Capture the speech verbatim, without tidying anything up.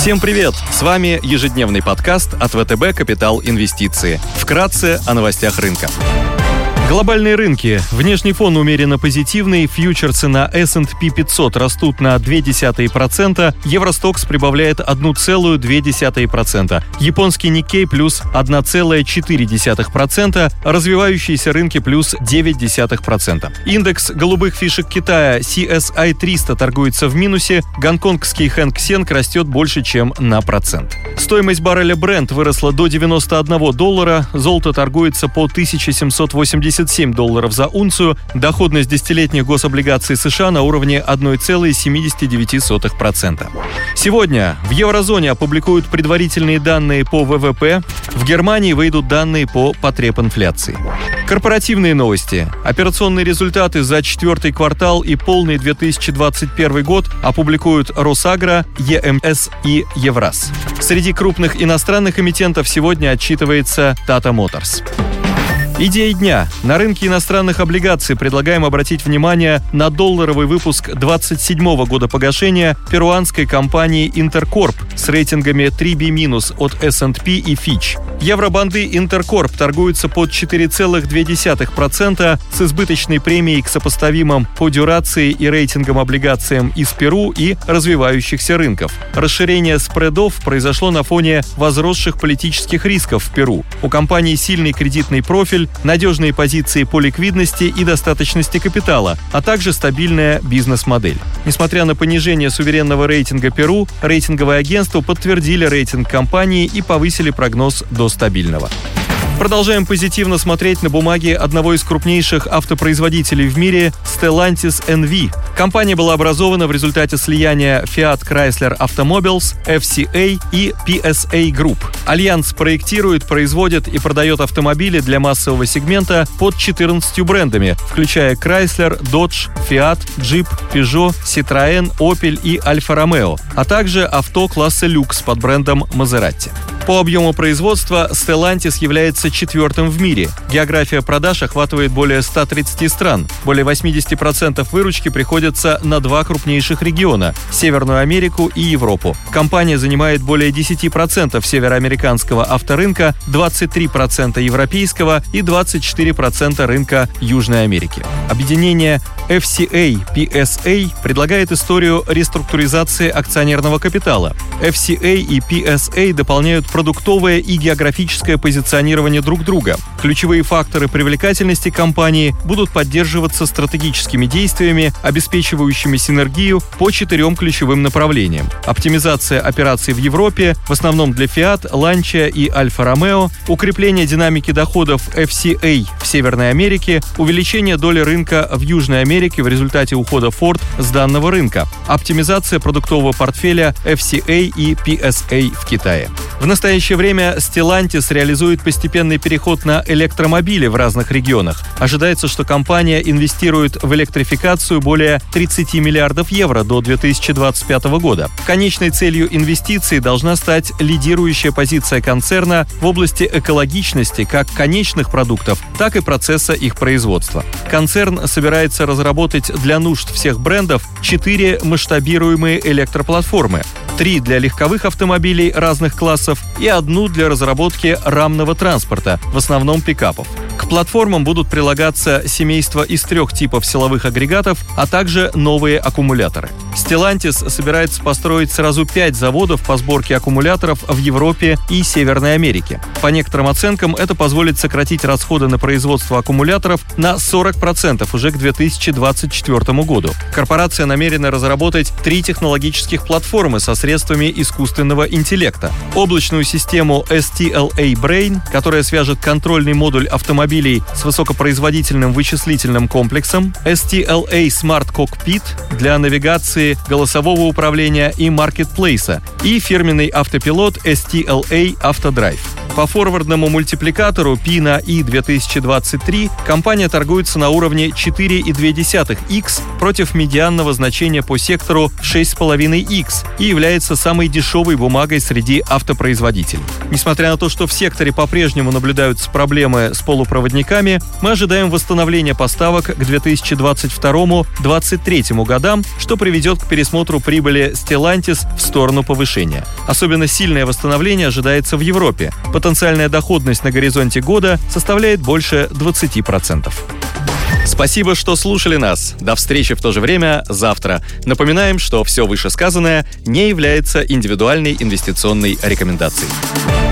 Всем привет! С вами ежедневный подкаст от вэ тэ бэ «Капитал Инвестиции». Вкратце о новостях рынка. Глобальные рынки. Внешний фон умеренно позитивный, фьючерсы на эс энд пи пятьсот растут на ноль целых две десятых процента, Евростокс прибавляет одна целая две десятых процента, японский Никкей плюс одна целая четыре десятых процента, развивающиеся рынки плюс девять десятых процента. Индекс голубых фишек Китая си эс ай триста торгуется в минусе, гонконгский Хэнк Сенг растет больше, чем на процент. Стоимость барреля Brent выросла до девяноста одного доллара, золото торгуется по тысяча семьсот восемьдесят семь долларов за унцию, доходность десятилетних гособлигаций США на уровне одна целая семьдесят девять сотых процента. Сегодня в еврозоне опубликуют предварительные данные по вэ вэ пэ, в Германии выйдут данные по потребинфляции. Корпоративные новости. Операционные результаты за четвертый квартал и полный две тысячи двадцать первый год опубликуют Росагра, е эм эс и Евраз. Среди крупных иностранных эмитентов сегодня отчитывается Tata Motors. Идеи дня. На рынке иностранных облигаций предлагаем обратить внимание на долларовый выпуск двадцать седьмого года погашения перуанской компании Интеркорп с рейтингами три би минус от эс энд пи и Fitch. Евробанды Интеркорп торгуются под четыре целых две десятых процента с избыточной премией к сопоставимым по дюрации и рейтингам облигациям из Перу и развивающихся рынков. Расширение спредов произошло на фоне возросших политических рисков в Перу. У компании сильный кредитный профиль, надежные позиции по ликвидности и достаточности капитала, а также стабильная бизнес-модель. Несмотря на понижение суверенного рейтинга Перу, рейтинговые агентства подтвердили рейтинг компании и повысили прогноз до стабильного. Продолжаем позитивно смотреть на бумаги одного из крупнейших автопроизводителей в мире – Stellantis эн ви. Компания была образована в результате слияния Fiat Chrysler Automobiles, эф си эй и пи эс эй Group. Альянс проектирует, производит и продает автомобили для массового сегмента под четырнадцатью брендами, включая Chrysler, Dodge, Fiat, Jeep, Peugeot, Citroën, Opel и Alfa Romeo, а также авто класса люкс под брендом Maserati. По объему производства Stellantis является четвертым в мире. География продаж охватывает более ста тридцати стран. Более восемьдесят процентов выручки приходится на два крупнейших региона – Северную Америку и Европу. Компания занимает более десяти процентов североамериканского авторынка, двадцать три процента европейского и двадцать четыре процента рынка Южной Америки. Объединение эф си эй пи эс эй предлагает историю реструктуризации акционерного капитала. эф си эй и пи эс эй дополняют продуктовое и географическое позиционирование друг друга. Ключевые факторы привлекательности компании будут поддерживаться стратегическими действиями, обеспечивающими синергию по четырем ключевым направлениям. Оптимизация операций в Европе, в основном для Fiat, Lancia и Alfa Romeo, укрепление динамики доходов эф си эй в Северной Америке, увеличение доли рынка в Южной Америке в результате ухода Ford с данного рынка, оптимизация продуктового портфеля эф си эй и пи эс эй в Китае. В настоящее время Stellantis реализует постепенный переход на электромобили в разных регионах. Ожидается, что компания инвестирует в электрификацию более тридцати миллиардов евро до две тысячи двадцать пятого года. Конечной целью инвестиций должна стать лидирующая позиция концерна в области экологичности как конечных продуктов, так и процесса их производства. Концерн собирается разработать для нужд всех брендов четыре масштабируемые электроплатформы. Три для легковых автомобилей разных классов и одну для разработки рамного транспорта, в основном пикапов. К платформам будут прилагаться семейства из трех типов силовых агрегатов, а также новые аккумуляторы. Stellantis собирается построить сразу пять заводов по сборке аккумуляторов в Европе и Северной Америке. По некоторым оценкам, это позволит сократить расходы на производство аккумуляторов на сорок процентов уже к две тысячи двадцать четвёртому году. Корпорация намерена разработать три технологических платформы со средствами искусственного интеллекта. Облачную систему эс ти эл эй Brain, которая свяжет контрольный модуль автомобилей с высокопроизводительным вычислительным комплексом, эс ти эл эй Smart Cockpit для навигации, голосового управления и маркетплейса и фирменный автопилот эс ти эл эй Автодрайв. По форвардному мультипликатору пи на и две тысячи двадцать три компания торгуется на уровне четыре и две десятых икс против медианного значения по сектору шесть и пять десятых икс и является самой дешевой бумагой среди автопроизводителей. Несмотря на то, что в секторе по-прежнему наблюдаются проблемы с полупроводниками, мы ожидаем восстановления поставок к две тысячи двадцать второму — две тысячи двадцать третьему годам, что приведет к пересмотру прибыли Stellantis в сторону повышения. Особенно сильное восстановление ожидается в Европе. Потенциальная доходность на горизонте года составляет больше двадцати процентов. Спасибо, что слушали нас. До встречи в то же время завтра. Напоминаем, что все вышесказанное не является индивидуальной инвестиционной рекомендацией.